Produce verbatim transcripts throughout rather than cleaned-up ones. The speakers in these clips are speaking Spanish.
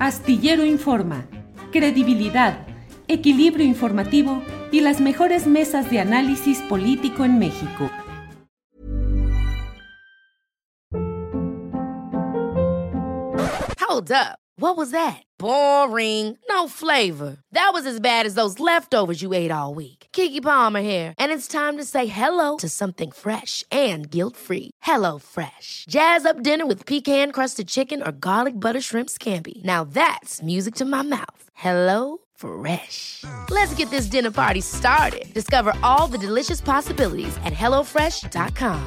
Astillero Informa, credibilidad, equilibrio informativo y las mejores mesas de análisis político en México. Hold up. What was that? Boring. No flavor. That was as bad as those leftovers you ate all week. Keke Palmer here, and it's time to say hello to something fresh and guilt-free. Hello Fresh. Jazz up dinner with pecan-crusted chicken or garlic butter shrimp scampi. Now that's music to my mouth. Hello Fresh. Let's get this dinner party started. Discover all the delicious possibilities at hello fresh dot com.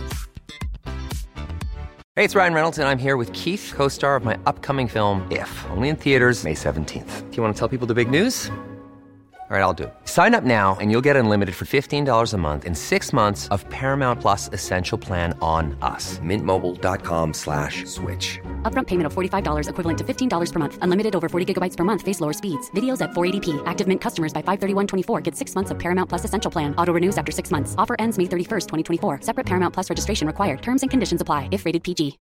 Hey, it's Ryan Reynolds, and I'm here with Keith, co-star of my upcoming film, If, only in theaters May seventeenth. Do you want to tell people the big news? All right, I'll do it. Sign up now and you'll get unlimited for fifteen dollars a month and six months of Paramount Plus Essential Plan on us. Mint Mobile dot com slash switch. Upfront payment of forty-five dollars equivalent to fifteen dollars per month. Unlimited over forty gigabytes per month. Face lower speeds. Videos at four eighty p. Active Mint customers by five thirty-one twenty-four get six months of Paramount Plus Essential Plan. Auto renews after six months. Offer ends May thirty-first, twenty twenty-four. Separate Paramount Plus registration required. Terms and conditions apply if rated P G.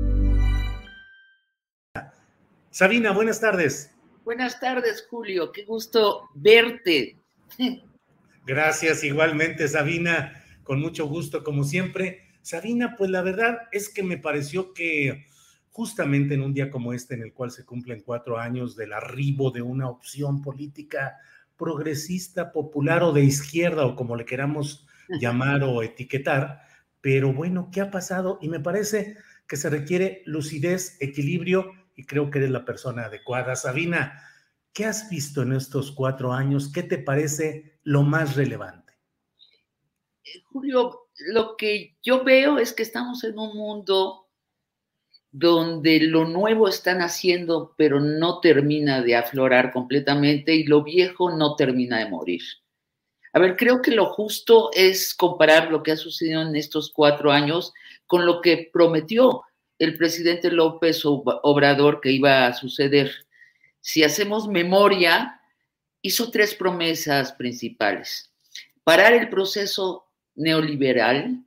Sabina, buenas tardes. Buenas tardes, Julio. Qué gusto verte. Gracias, igualmente, Sabina. Con mucho gusto, como siempre. Sabina, pues la verdad es que me pareció que justamente en un día como este, en el cual se cumplen cuatro años del arribo de una opción política progresista, popular o de izquierda, o como le queramos llamar o etiquetar, pero bueno, ¿qué ha pasado? Y me parece que se requiere lucidez, equilibrio, y creo que eres la persona adecuada. Sabina, ¿qué has visto en estos cuatro años? ¿Qué te parece lo más relevante? Julio, lo que yo veo es que estamos en un mundo donde lo nuevo está naciendo, pero no termina de aflorar completamente, y lo viejo no termina de morir. A ver, creo que lo justo es comparar lo que ha sucedido en estos cuatro años con lo que prometió el presidente López Obrador que iba a suceder. Si hacemos memoria, hizo tres promesas principales: parar el proceso neoliberal,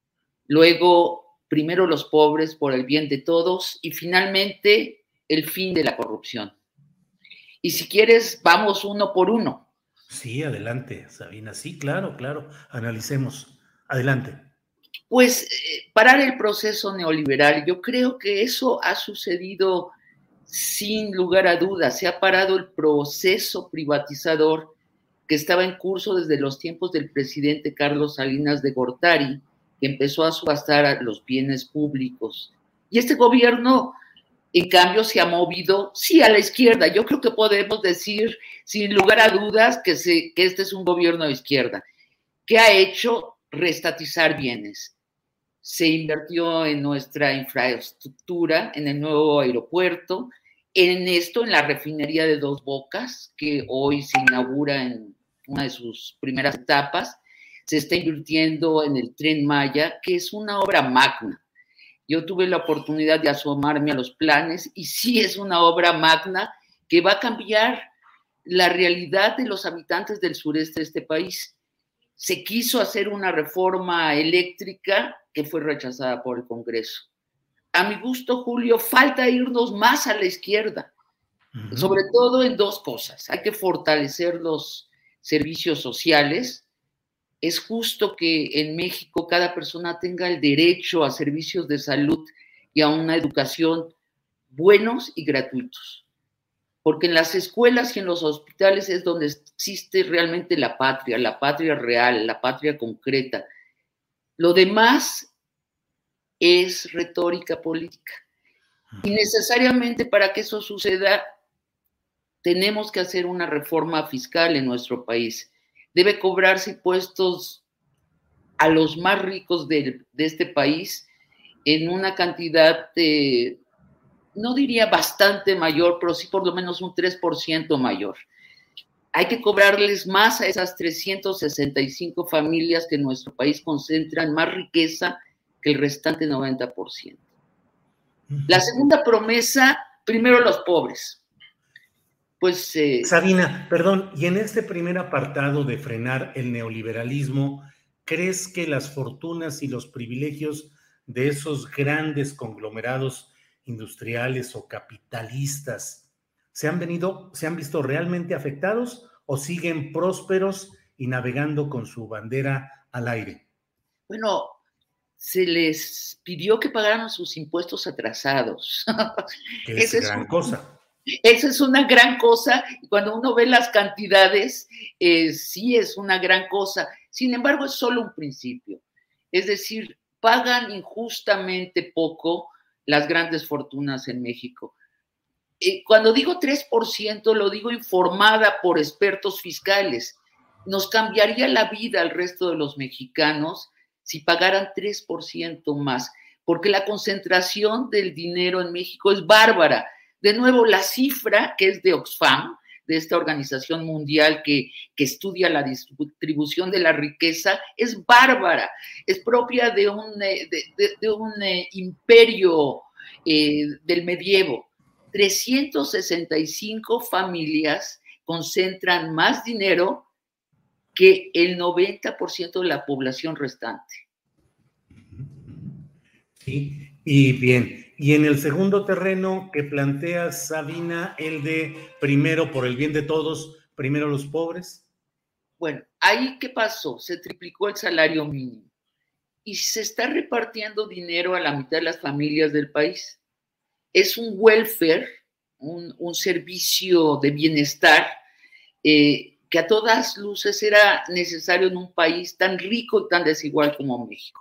luego primero los pobres por el bien de todos, y finalmente el fin de la corrupción. Y si quieres, vamos uno por uno. Sí, adelante, Sabina. Sí, claro, claro. Analicemos. Adelante. Pues eh, parar el proceso neoliberal, yo creo que eso ha sucedido sin lugar a dudas. Se ha parado el proceso privatizador que estaba en curso desde los tiempos del presidente Carlos Salinas de Gortari, que empezó a subastar los bienes públicos. Y este gobierno, en cambio, se ha movido, sí, a la izquierda. Yo creo que podemos decir, sin lugar a dudas, que, se, que este es un gobierno de izquierda, que ha hecho reestatizar bienes. Se invirtió en nuestra infraestructura, en el nuevo aeropuerto, en esto, en la refinería de Dos Bocas, que hoy se inaugura en una de sus primeras etapas. Se está invirtiendo en el Tren Maya, que es una obra magna. Yo tuve la oportunidad de asomarme a los planes y sí es una obra magna que va a cambiar la realidad de los habitantes del sureste de este país. Se quiso hacer una reforma eléctrica que fue rechazada por el Congreso. A mi gusto, Julio, falta irnos más a la izquierda, uh-huh. sobre todo en dos cosas. Hay que fortalecer los servicios sociales. Es justo que en México cada persona tenga el derecho a servicios de salud y a una educación buenos y gratuitos. Porque en las escuelas y en los hospitales es donde existe realmente la patria, la patria real, la patria concreta. Lo demás es retórica política. Y necesariamente para que eso suceda, tenemos que hacer una reforma fiscal en nuestro país. Debe cobrarse impuestos a los más ricos de, de este país en una cantidad de, no diría bastante mayor, pero sí por lo menos un tres por ciento mayor. Hay que cobrarles más a esas trescientas sesenta y cinco familias que en nuestro país concentran más riqueza que el restante noventa por ciento. La segunda promesa, primero los pobres. Pues, eh, Sabina, perdón, y en este primer apartado de frenar el neoliberalismo, ¿crees que las fortunas y los privilegios de esos grandes conglomerados industriales o capitalistas ¿Se han venido, se han visto realmente afectados o siguen prósperos y navegando con su bandera al aire? Bueno, se les pidió que pagaran sus impuestos atrasados. Que es Esa gran es un, cosa. Esa es una gran cosa. Cuando uno ve las cantidades, eh, sí es una gran cosa. Sin embargo, es solo un principio. Es decir, pagan injustamente poco las grandes fortunas en México. Eh, cuando digo tres por ciento, lo digo informada por expertos fiscales. Nos cambiaría la vida al resto de los mexicanos si pagaran tres por ciento más, porque la concentración del dinero en México es bárbara. De nuevo, la cifra, que es de Oxfam, de esta organización mundial que, que estudia la distribución de la riqueza, es bárbara, es propia de un, de, de, de un eh, imperio eh, del medievo. trescientas sesenta y cinco familias concentran más dinero que el noventa por ciento de la población restante. Sí, y bien, y en el segundo terreno que plantea Sabina, el de primero por el bien de todos, primero los pobres. Bueno, ahí ¿qué pasó? Se triplicó el salario mínimo y se está repartiendo dinero a la mitad de las familias del país. Es un welfare, un, un servicio de bienestar eh, que a todas luces era necesario en un país tan rico y tan desigual como México.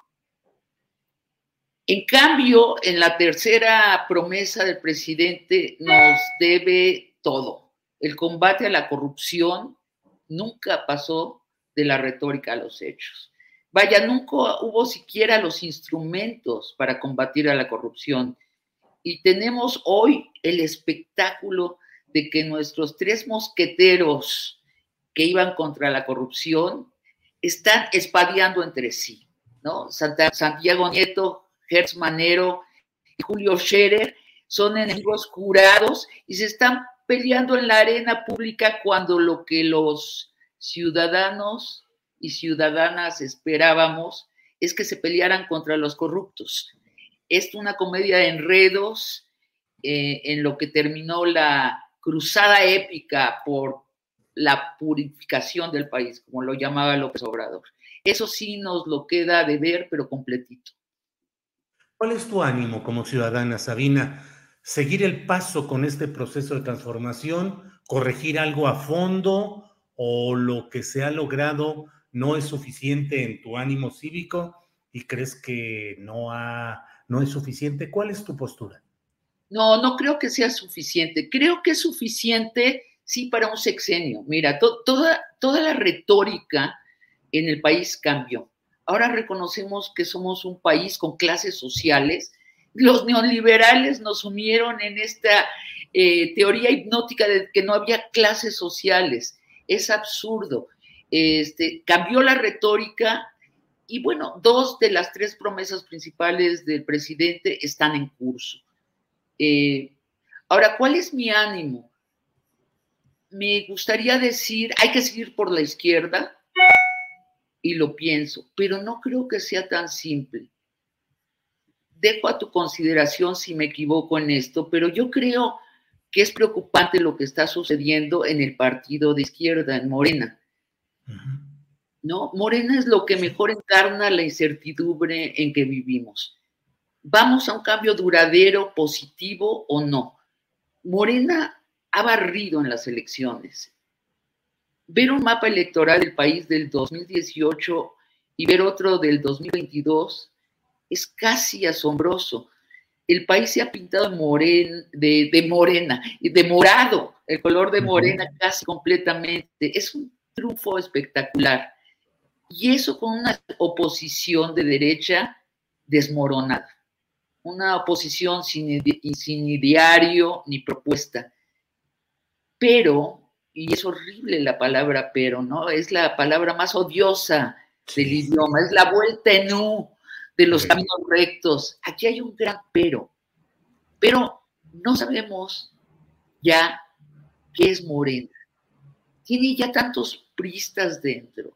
En cambio, en la tercera promesa del presidente nos debe todo. El combate a la corrupción nunca pasó de la retórica a los hechos. Vaya, nunca hubo siquiera los instrumentos para combatir a la corrupción. Y tenemos hoy el espectáculo de que nuestros tres mosqueteros que iban contra la corrupción están espadeando entre sí, ¿no? Santa, Santiago Nieto, Gertz Manero y Julio Scherer son enemigos jurados y se están peleando en la arena pública cuando lo que los ciudadanos y ciudadanas esperábamos es que se pelearan contra los corruptos. Es una comedia de enredos eh, en lo que terminó la cruzada épica por la purificación del país, como lo llamaba López Obrador. Eso sí nos lo queda de ver, pero completito. ¿Cuál es tu ánimo como ciudadana, Sabina? ¿Seguir el paso con este proceso de transformación? ¿Corregir algo a fondo? ¿O lo que se ha logrado no es suficiente en tu ánimo cívico y crees que no, ha, no es suficiente? ¿Cuál es tu postura? No, no creo que sea suficiente. Creo que es suficiente, sí, para un sexenio. Mira, to, toda, toda la retórica en el país cambió. Ahora reconocemos que somos un país con clases sociales. Los neoliberales nos sumieron en esta eh, teoría hipnótica de que no había clases sociales. Es absurdo. Este, cambió la retórica y, bueno, dos de las tres promesas principales del presidente están en curso. Eh, ahora, ¿cuál es mi ánimo? Me gustaría decir, hay que seguir por la izquierda, y lo pienso, pero no creo que sea tan simple. Dejo a tu consideración si me equivoco en esto, pero yo creo que es preocupante lo que está sucediendo en el partido de izquierda, en Morena. Uh-huh. ¿No? Morena es lo que mejor encarna la incertidumbre en que vivimos. ¿Vamos a un cambio duradero, positivo o no? Morena ha barrido en las elecciones. Ver un mapa electoral del país del dos mil dieciocho y ver otro del dos mil veintidós es casi asombroso. El país se ha pintado moren, de, de morena, de morado, el color de morena uh-huh. casi completamente. Es un triunfo espectacular. Y eso con una oposición de derecha desmoronada. Una oposición sin, sin ideario ni propuesta. Pero... y es horrible la palabra pero, ¿no? Es la palabra más odiosa del sí. idioma, es la vuelta en U de los sí. caminos rectos. Aquí hay un gran pero, pero no sabemos ya qué es Morena. Tiene ya tantos priistas dentro.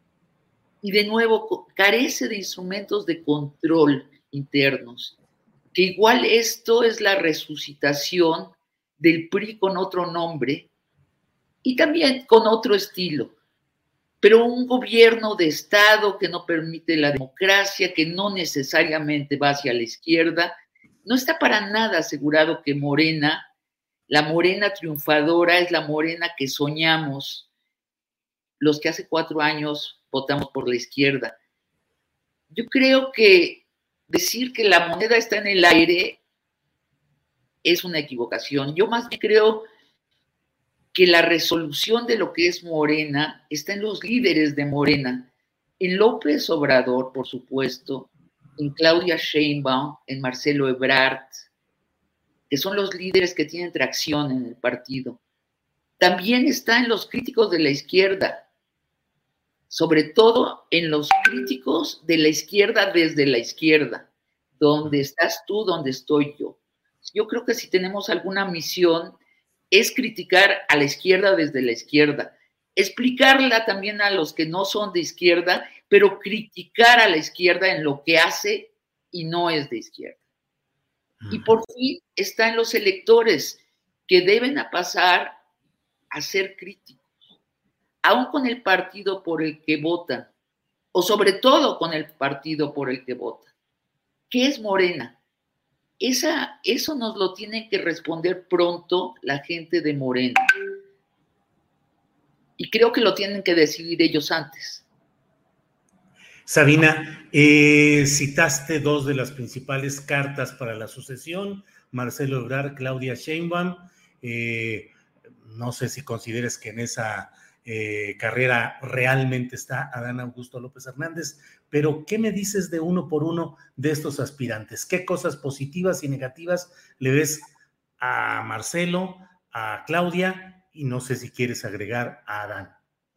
Y de nuevo, carece de instrumentos de control internos, que igual esto es la resucitación del P R I con otro nombre y también con otro estilo, pero un gobierno de Estado que no permite la democracia, que no necesariamente va hacia la izquierda. No está para nada asegurado que Morena, la Morena triunfadora, es la Morena que soñamos los que hace cuatro años votamos por la izquierda. Yo creo que decir que la moneda está en el aire es una equivocación. Yo más bien creo que la resolución de lo que es Morena está en los líderes de Morena, en López Obrador, por supuesto, en Claudia Sheinbaum, en Marcelo Ebrard, que son los líderes que tienen tracción en el partido. También está en los críticos de la izquierda, sobre todo en los críticos de la izquierda desde la izquierda, donde estás tú, donde estoy yo. Yo creo que si tenemos alguna misión es criticar a la izquierda desde la izquierda, explicarla también a los que no son de izquierda, pero criticar a la izquierda en lo que hace y no es de izquierda. Y por fin está en los electores que deben a pasar a ser críticos, aún con el partido por el que votan, o sobre todo con el partido por el que votan. ¿Qué es Morena? Esa, eso nos lo tienen que responder pronto la gente de Morena. Y creo que lo tienen que decidir ellos antes. Sabina, eh, citaste dos de las principales cartas para la sucesión, Marcelo Ebrard, Claudia Sheinbaum. Eh, no sé si consideres que en esa eh, carrera realmente está Adán Augusto López Hernández, pero ¿qué me dices de uno por uno de estos aspirantes? ¿Qué cosas positivas y negativas le ves a Marcelo, a Claudia y no sé si quieres agregar a Adán?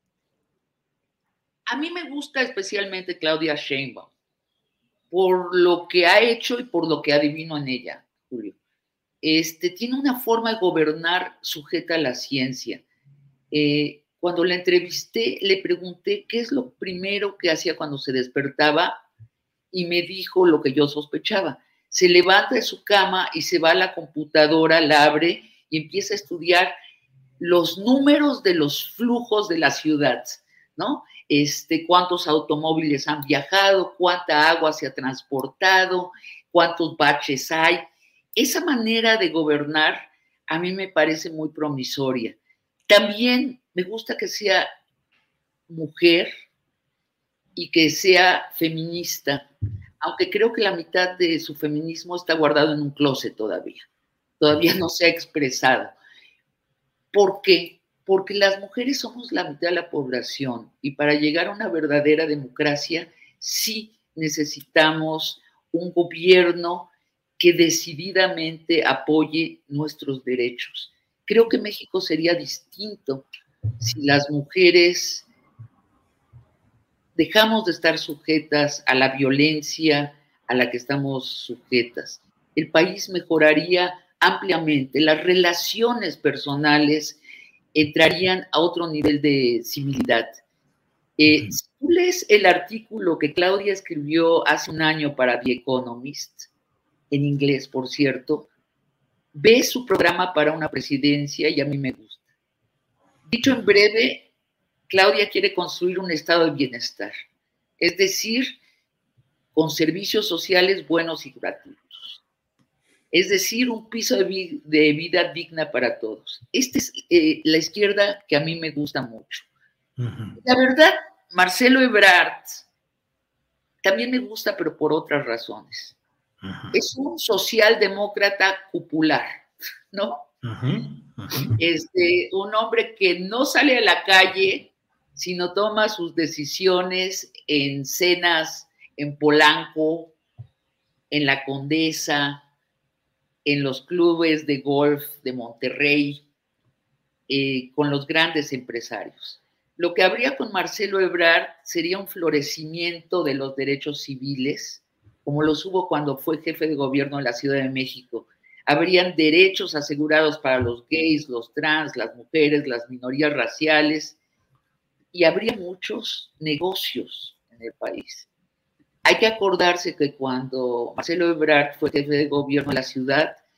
A mí me gusta especialmente Claudia Sheinbaum por lo que ha hecho y por lo que adivino en ella, Julio. Este, tiene una forma de gobernar sujeta a la ciencia. Eh, cuando la entrevisté, le pregunté qué es lo primero que hacía cuando se despertaba y me dijo lo que yo sospechaba. Se levanta de su cama y se va a la computadora, la abre y empieza a estudiar los números de los flujos de la ciudad, ¿no? Este, cuántos automóviles han viajado, cuánta agua se ha transportado, cuántos baches hay. Esa manera de gobernar a mí me parece muy promisoria. También me gusta que sea mujer y que sea feminista, aunque creo que la mitad de su feminismo está guardado en un closet todavía. Todavía no se ha expresado. ¿Por qué? Porque las mujeres somos la mitad de la población y para llegar a una verdadera democracia sí necesitamos un gobierno que decididamente apoye nuestros derechos. Creo que México sería distinto si las mujeres dejamos de estar sujetas a la violencia a la que estamos sujetas. El país mejoraría ampliamente, las relaciones personales entrarían a otro nivel de civilidad. Eh, si tú lees el artículo que Claudia escribió hace un año para The Economist, en inglés, por cierto, ves su programa para una presidencia y a mí me gusta. Dicho en breve, Claudia quiere construir un estado de bienestar, es decir, con servicios sociales buenos y gratuitos. Es decir, un piso de, vi- de vida digna para todos. Esta es eh, la izquierda que a mí me gusta mucho. Uh-huh. La verdad, Marcelo Ebrard también me gusta, pero por otras razones. Uh-huh. Es un socialdemócrata popular, ¿no? Uh-huh. Uh-huh. Este, un hombre que no sale a la calle, sino toma sus decisiones en cenas en Polanco, en La Condesa, en los clubes de golf de Monterrey, eh, con los grandes empresarios. Lo que habría con Marcelo Ebrard sería un florecimiento de los derechos civiles, como los hubo cuando fue jefe de gobierno de la Ciudad de México. Habrían derechos asegurados para los gays, los trans, las mujeres, las minorías raciales, y habría muchos negocios en el país. Hay que acordarse que cuando Marcelo Ebrard fue jefe de gobierno de la ciudad,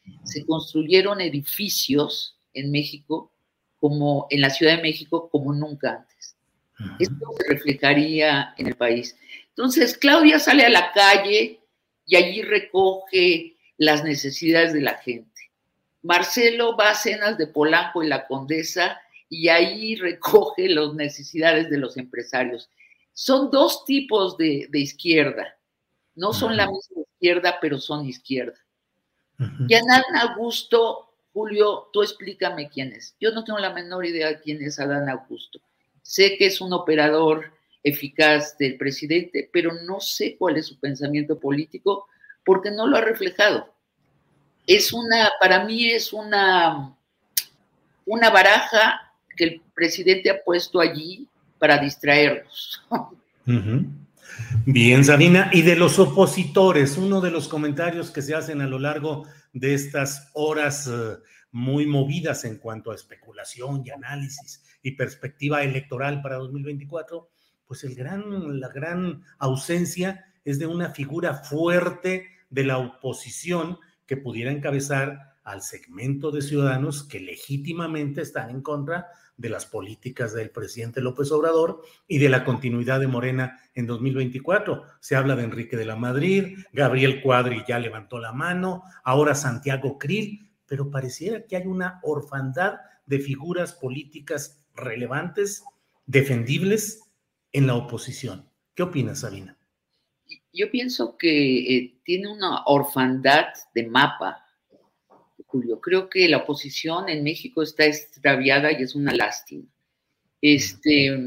se construyeron edificios en México, como en la Ciudad de México, como nunca antes. Uh-huh. Esto se reflejaría en el país. Entonces, Claudia sale a la calle y allí recoge las necesidades de la gente. Marcelo va a cenas de Polanco y la Condesa y ahí recoge las necesidades de los empresarios. Son dos tipos de, de izquierda. No son uh-huh. la misma izquierda, pero son izquierda. Uh-huh. Y Adán Augusto, Julio, tú explícame quién es. Yo no tengo la menor idea de quién es Adán Augusto. Sé que es un operador eficaz del presidente, pero no sé cuál es su pensamiento político porque no lo ha reflejado. Es una, para mí es una, una baraja que el presidente ha puesto allí para distraernos. Uh-huh. Bien, Sabina, y de los opositores, uno de los comentarios que se hacen a lo largo de estas horas uh, muy movidas en cuanto a especulación y análisis y perspectiva electoral para dos mil veinticuatro, pues el gran, la gran ausencia es de una figura fuerte de la oposición que pudiera encabezar al segmento de ciudadanos que legítimamente están en contra de las políticas del presidente López Obrador y de la continuidad de Morena en dos mil veinticuatro. Se habla de Enrique de la Madrid, Gabriel Cuadri ya levantó la mano, ahora Santiago Krill, pero pareciera que hay una orfandad de figuras políticas relevantes, defendibles en la oposición. ¿Qué opinas, Sabina? Yo pienso que eh, tiene una orfandad de mapa, Julio. Creo que la oposición en México está extraviada y es una lástima. Este...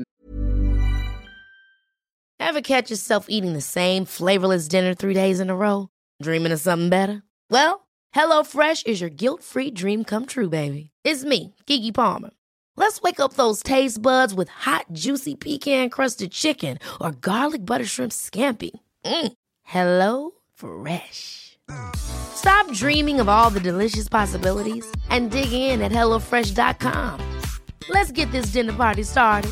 Ever catch yourself eating the same flavorless dinner three days in a row? Dreaming of something better? Well, HelloFresh is your guilt-free dream come true, baby. It's me, Keke Palmer. Let's wake up those taste buds with hot, juicy pecan-crusted chicken or garlic butter shrimp scampi. Mm. Hello Fresh. Stop dreaming of all the delicious possibilities and dig in at hello fresh dot com. Let's get this dinner party started.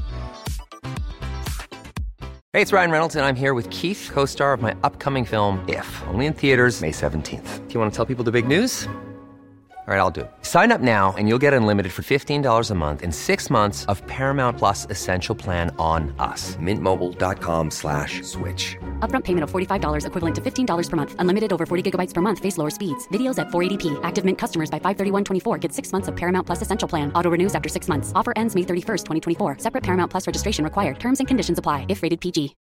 Hey, it's Ryan Reynolds, and I'm here with Keith, co-star of my upcoming film, If, only in theaters May seventeenth. Do you want to tell people the big news? All right, I'll do it. Sign up now and you'll get unlimited for fifteen dollars a month and six months of Paramount Plus Essential Plan on us. Mint Mobile dot com slash switch. Upfront payment of forty-five dollars equivalent to fifteen dollars per month. Unlimited over forty gigabytes per month. Face lower speeds. Videos at four eighty p. Active Mint customers by five thirty-one twenty-four get six months of Paramount Plus Essential Plan. Auto renews after six months. Offer ends May thirty-first, twenty twenty-four. Separate Paramount Plus registration required. Terms and conditions apply if rated P G.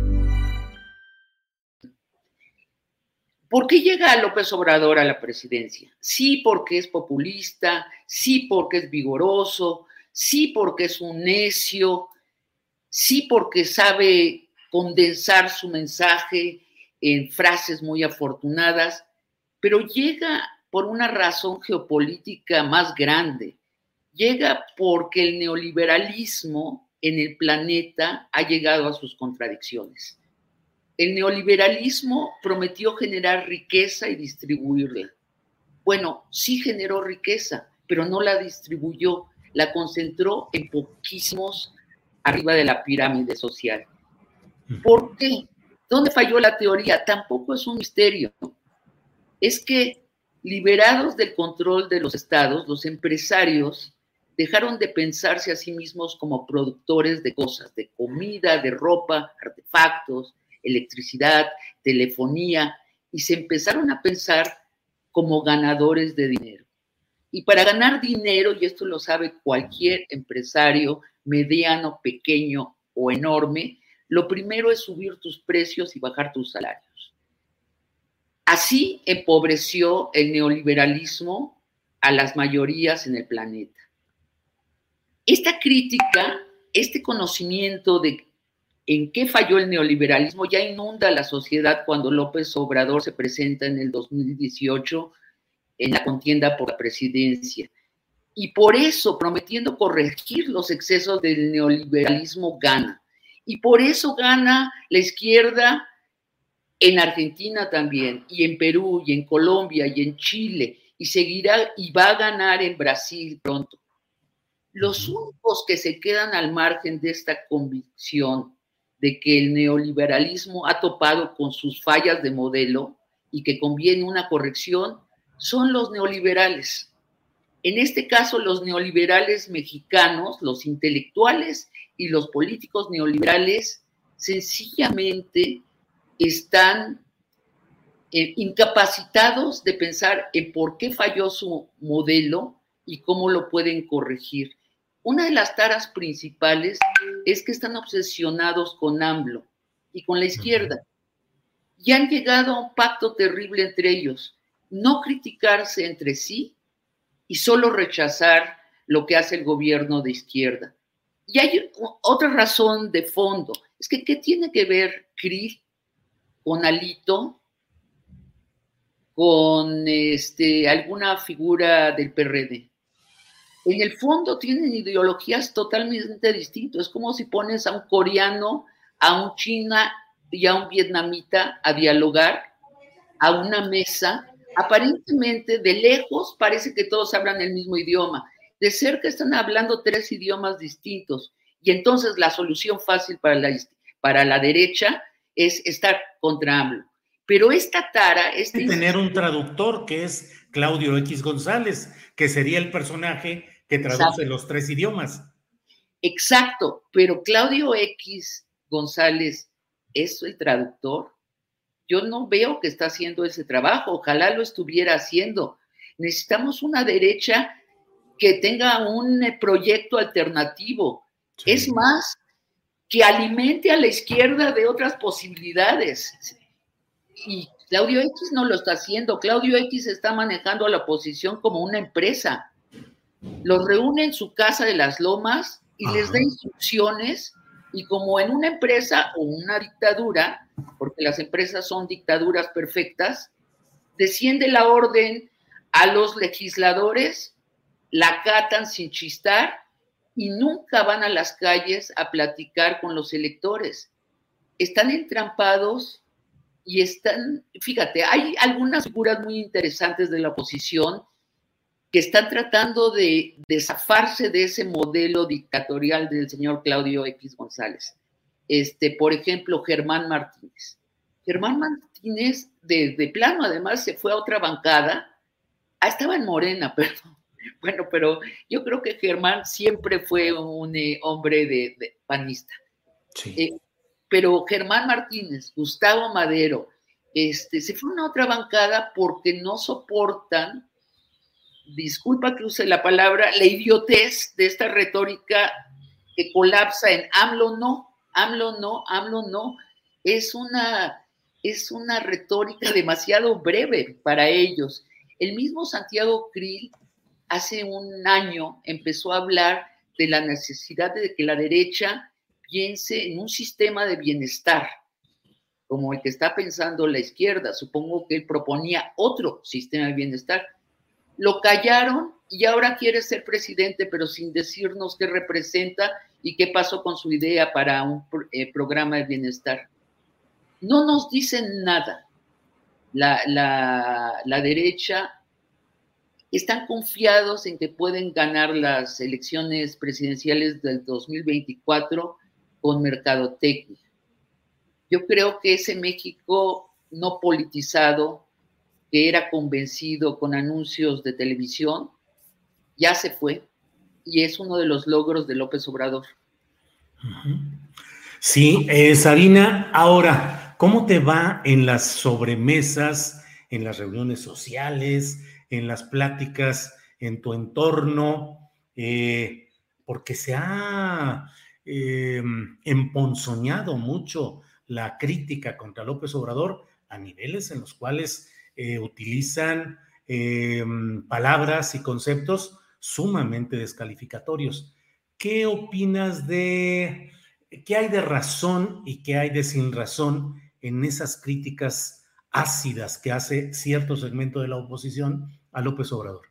¿Por qué llega López Obrador a la presidencia? Sí, porque es populista, sí, porque es vigoroso, sí, porque es un necio, sí, porque sabe condensar su mensaje en frases muy afortunadas, pero llega por una razón geopolítica más grande. Llega porque el neoliberalismo en el planeta ha llegado a sus contradicciones. El neoliberalismo prometió generar riqueza y distribuirla. Bueno, sí generó riqueza, pero no la distribuyó, la concentró en poquísimos arriba de la pirámide social. ¿Por qué? ¿Dónde falló la teoría? Tampoco es un misterio. Es que, liberados del control de los estados, los empresarios dejaron de pensarse a sí mismos como productores de cosas, de comida, de ropa, artefactos, electricidad, telefonía, y se empezaron a pensar como ganadores de dinero. Y para ganar dinero, y esto lo sabe cualquier empresario, mediano, pequeño o enorme, lo primero es subir tus precios y bajar tus salarios. Así empobreció el neoliberalismo a las mayorías en el planeta. Esta crítica, este conocimiento de en qué falló el neoliberalismo ya inunda la sociedad cuando López Obrador se presenta en el dos mil dieciocho en la contienda por la presidencia. Y por eso, prometiendo corregir los excesos del neoliberalismo, gana. Y por eso gana la izquierda en Argentina también, y en Perú, y en Colombia, y en Chile, y seguirá, y va a ganar en Brasil pronto. Los únicos que se quedan al margen de esta convicción de que el neoliberalismo ha topado con sus fallas de modelo y que conviene una corrección son los neoliberales. En este caso, los neoliberales mexicanos, los intelectuales y los políticos neoliberales, sencillamente están eh, incapacitados de pensar en por qué falló su modelo y cómo lo pueden corregir. Una de las taras principales es que están obsesionados con AMLO y con la izquierda. Y han llegado a un pacto terrible entre ellos, no criticarse entre sí y solo rechazar lo que hace el gobierno de izquierda. Y hay otra razón de fondo, es que ¿qué tiene que ver Krill con Alito, con este, alguna figura del P R D? En el fondo tienen ideologías totalmente distintas. Es como si pones a un coreano, a un china y a un vietnamita a dialogar a una mesa. Aparentemente, de lejos, parece que todos hablan el mismo idioma. De cerca están hablando tres idiomas distintos. Y entonces la solución fácil para la, para la derecha es estar contra AMLO. Pero esta tara... Este tener un traductor que es Claudio X González, que sería el personaje que traduce Exacto. los tres idiomas. Exacto, pero Claudio X González es el traductor. Yo no veo que está haciendo ese trabajo, ojalá lo estuviera haciendo. Necesitamos una derecha que tenga un proyecto alternativo. Sí. Es más, que alimente a la izquierda de otras posibilidades. Y Claudio X no lo está haciendo. Claudio X está manejando a la oposición como una empresa. Los reúne en su casa de las Lomas y Ajá. les da instrucciones, y como en una empresa o una dictadura, porque las empresas son dictaduras perfectas, desciende la orden a los legisladores, la acatan sin chistar y nunca van a las calles a platicar con los electores. Están entrampados y están, fíjate, hay algunas figuras muy interesantes de la oposición que están tratando de, de zafarse de ese modelo dictatorial del señor Claudio X González. Este, por ejemplo, Germán Martínez. Germán Martínez, de, de plano, además, se fue a otra bancada. Ah, estaba en Morena, perdón. Bueno, pero yo creo que Germán siempre fue un eh, hombre de, de panista. Sí. Eh, pero Germán Martínez, Gustavo Madero, este, se fueron a otra bancada porque no soportan, disculpa que use la palabra, la idiotez de esta retórica que colapsa en AMLO no, AMLO no, AMLO no. Es una, es una retórica demasiado breve para ellos. El mismo Santiago Krill hace un año empezó a hablar de la necesidad de que la derecha piense en un sistema de bienestar, como el que está pensando la izquierda. Supongo que él proponía otro sistema de bienestar. Lo callaron y ahora quiere ser presidente, pero sin decirnos qué representa y qué pasó con su idea para un eh, programa de bienestar. No nos dicen nada. La, la, la derecha están confiados en que pueden ganar las elecciones presidenciales del dos mil veinticuatro con mercadotecnia. Yo creo que ese México no politizado, que era convencido con anuncios de televisión, ya se fue, y es uno de los logros de López Obrador. Sí, eh, Sabina, ahora, ¿cómo te va en las sobremesas, en las reuniones sociales, en las pláticas en tu entorno? Eh, porque se ha eh, emponzoñado mucho la crítica contra López Obrador a niveles en los cuales Eh, utilizan eh, palabras y conceptos sumamente descalificatorios. ¿Qué opinas de qué hay de razón y qué hay de sin razón en esas críticas ácidas que hace cierto segmento de la oposición a López Obrador?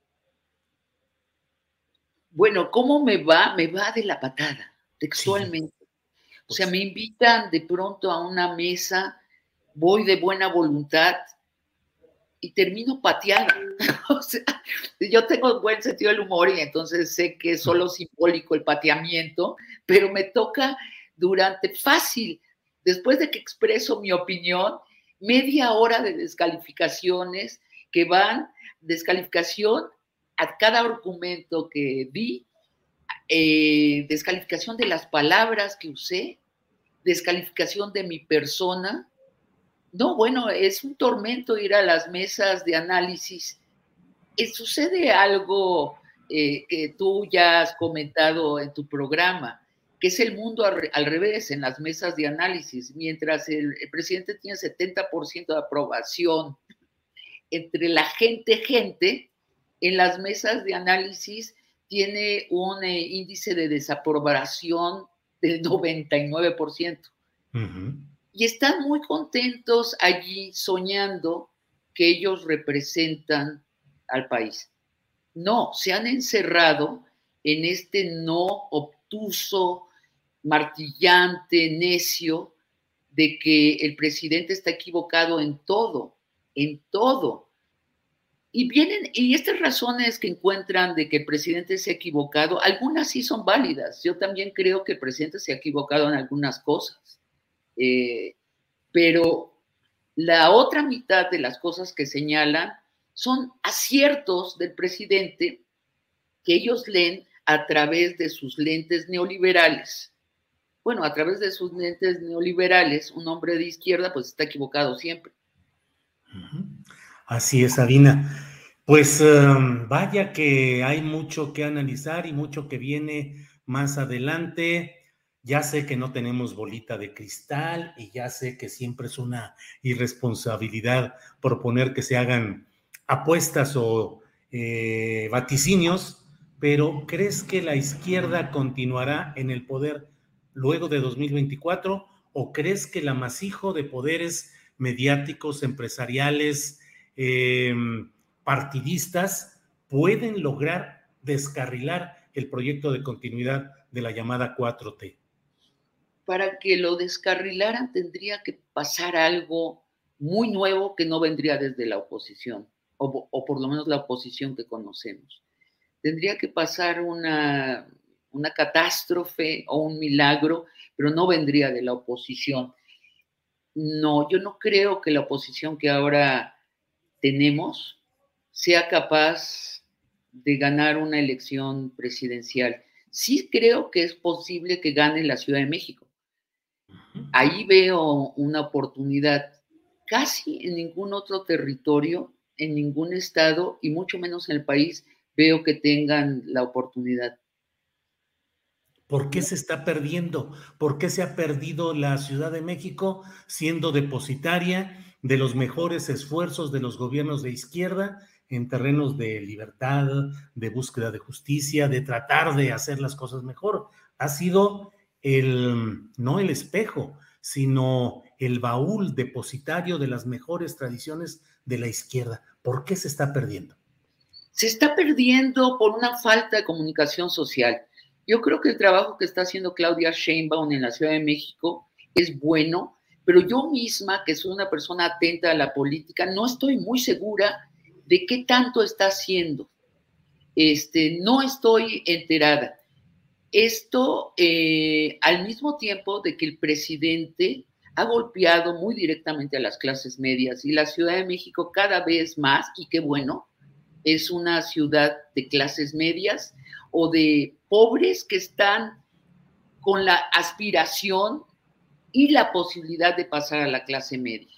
Bueno, ¿cómo me va? Me va de la patada, textualmente. Sí. O sea, me invitan de pronto a una mesa, voy de buena voluntad y termino pateada. O sea, yo tengo buen sentido del humor y entonces sé que es solo simbólico el pateamiento, pero me toca durante, fácil, después de que expreso mi opinión, media hora de descalificaciones que van descalificación a cada argumento que di, eh, descalificación de las palabras que usé, descalificación de mi persona. No, bueno, es un tormento ir a las mesas de análisis. Eh, sucede algo eh, que tú ya has comentado en tu programa, que es el mundo al, al revés en las mesas de análisis. Mientras el, el presidente tiene setenta por ciento de aprobación entre la gente, gente, en las mesas de análisis tiene un eh, índice de desaprobación del noventa y nueve por ciento. Uh-huh. Y están muy contentos allí soñando que ellos representan al país. No, se han encerrado en este no obtuso, martillante, necio, de que el presidente está equivocado en todo, en todo. Y vienen, y estas razones que encuentran de que el presidente se ha equivocado, algunas sí son válidas. Yo también creo que el presidente se ha equivocado en algunas cosas. Eh, pero la otra mitad de las cosas que señalan son aciertos del presidente que ellos leen a través de sus lentes neoliberales. Bueno, a través de sus lentes neoliberales, un hombre de izquierda pues está equivocado siempre. Así es, Sabina. Pues um, vaya que hay mucho que analizar y mucho que viene más adelante. Ya sé que no tenemos bolita de cristal y ya sé que siempre es una irresponsabilidad proponer que se hagan apuestas o eh, vaticinios, pero ¿crees que la izquierda continuará en el poder luego de dos mil veinticuatro o crees que el amasijo de poderes mediáticos, empresariales, eh, partidistas pueden lograr descarrilar el proyecto de continuidad de la llamada cuatro T? Para que lo descarrilaran tendría que pasar algo muy nuevo que no vendría desde la oposición, o, o por lo menos la oposición que conocemos. Tendría que pasar una, una catástrofe o un milagro, pero no vendría de la oposición. No, yo no creo que la oposición que ahora tenemos sea capaz de ganar una elección presidencial. Sí creo que es posible que gane la Ciudad de México. Ahí veo una oportunidad. Casi en ningún otro territorio, en ningún estado y mucho menos en el país veo que tengan la oportunidad. ¿Por qué se está perdiendo? ¿Por qué se ha perdido la Ciudad de México siendo depositaria de los mejores esfuerzos de los gobiernos de izquierda en terrenos de libertad, de búsqueda de justicia, de tratar de hacer las cosas mejor? Ha sido el, no el espejo, sino el baúl depositario de las mejores tradiciones de la izquierda. ¿Por qué se está perdiendo? Se está perdiendo por una falta de comunicación social. Yo creo que el trabajo que está haciendo Claudia Sheinbaum en la Ciudad de México es bueno, pero yo misma, que soy una persona atenta a la política, no estoy muy segura de qué tanto está haciendo. Este, no estoy enterada. Esto eh, al mismo tiempo de que el presidente ha golpeado muy directamente a las clases medias y la Ciudad de México cada vez más, y qué bueno, es una ciudad de clases medias o de pobres que están con la aspiración y la posibilidad de pasar a la clase media.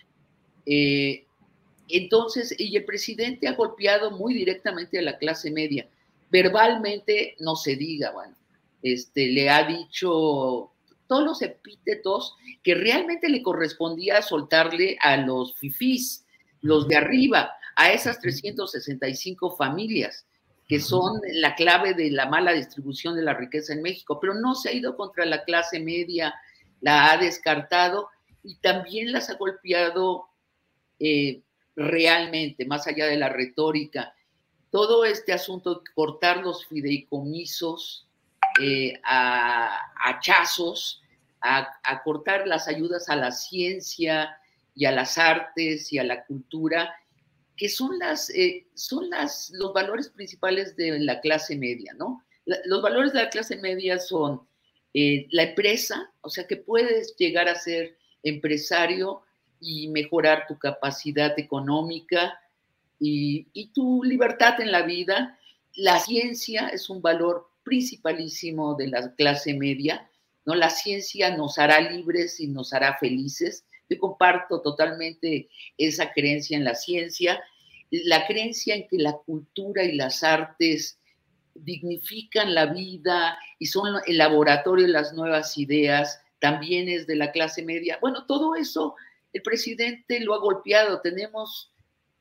Eh, entonces, y el presidente ha golpeado muy directamente a la clase media. Verbalmente no se diga, bueno, este, le ha dicho todos los epítetos que realmente le correspondía soltarle a los fifís, los de arriba, a esas trescientas sesenta y cinco familias que son la clave de la mala distribución de la riqueza en México, pero no se ha ido contra la clase media, la ha descartado y también las ha golpeado eh, realmente, más allá de la retórica. Todo este asunto de cortar los fideicomisos eh, a hachazos, a, a cortar las ayudas a la ciencia y a las artes y a la cultura, que son, las, eh, son las, los valores principales de la clase media, ¿no? La, los valores de la clase media son eh, la empresa, o sea, que puedes llegar a ser empresario y mejorar tu capacidad económica, y, y tu libertad en la vida. La ciencia es un valor principalísimo de la clase media, ¿no? La ciencia nos hará libres y nos hará felices. Yo comparto totalmente esa creencia en la ciencia, la creencia en que la cultura y las artes dignifican la vida y son el laboratorio de las nuevas ideas, también es de la clase media. Bueno, todo eso el presidente lo ha golpeado. Tenemos,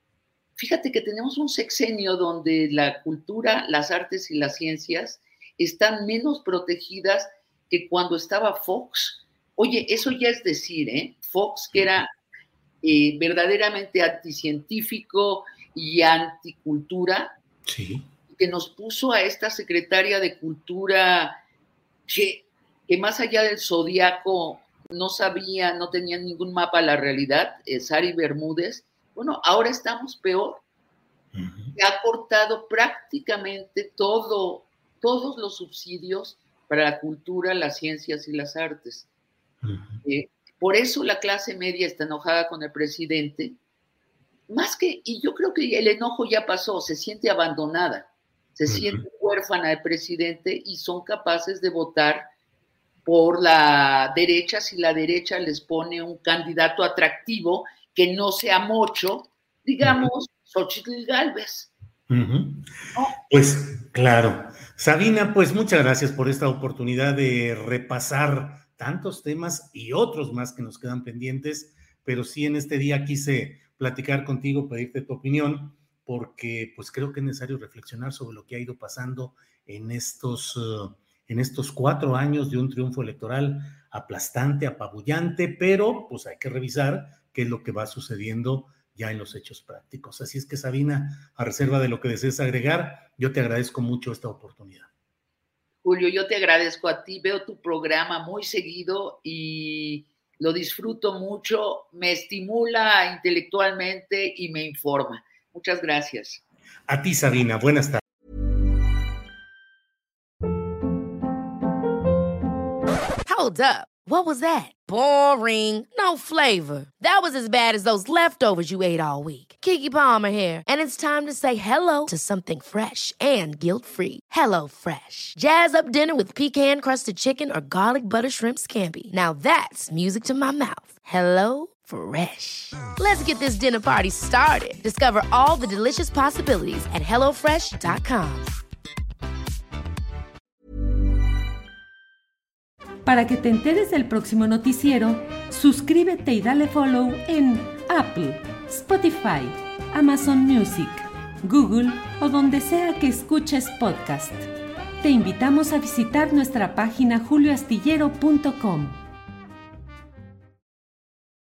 fíjate que tenemos un sexenio donde la cultura, las artes y las ciencias están menos protegidas que cuando estaba Fox. Oye, eso ya es decir, ¿eh? Fox, que era eh, verdaderamente anticientífico y anticultura, sí, que nos puso a esta secretaria de Cultura que, que más allá del zodiaco no sabía, no tenía ningún mapa a la realidad, eh, Sari Bermúdez. Bueno, ahora estamos peor. Uh-huh. Que ha cortado prácticamente todo, todos los subsidios para la cultura, las ciencias y las artes. Uh-huh. Eh, por eso la clase media está enojada con el presidente, más que, y yo creo que el enojo ya pasó, se siente abandonada, se uh-huh. siente huérfana del presidente y son capaces de votar por la derecha si la derecha les pone un candidato atractivo que no sea mocho, digamos, uh-huh. Xochitl Gálvez. Uh-huh. ¿No? Pues claro. Sabina, pues muchas gracias por esta oportunidad de repasar tantos temas y otros más que nos quedan pendientes, pero sí en este día quise platicar contigo, pedirte tu opinión, porque pues creo que es necesario reflexionar sobre lo que ha ido pasando en estos, uh, en estos cuatro años de un triunfo electoral aplastante, apabullante, pero pues hay que revisar qué es lo que va sucediendo ya en los hechos prácticos. Así es que, Sabina, a reserva de lo que desees agregar, yo te agradezco mucho esta oportunidad. Julio, yo te agradezco a ti, veo tu programa muy seguido y lo disfruto mucho, me estimula intelectualmente y me informa. Muchas gracias. A ti, Sabina, buenas tardes. Hold up. What was that? Boring. No flavor. That was as bad as those leftovers you ate all week. Keke Palmer here, and it's time to say hello to something fresh and guilt-free. Hello Fresh. Jazz up dinner with pecan-crusted chicken or garlic butter shrimp scampi. Now that's music to my mouth. Hello Fresh. Let's get this dinner party started. Discover all the delicious possibilities at hello fresh dot com. Para que te enteres del próximo noticiero, suscríbete y dale follow en Apple, Spotify, Amazon Music, Google o donde sea que escuches podcast. Te invitamos a visitar nuestra página julio astillero punto com.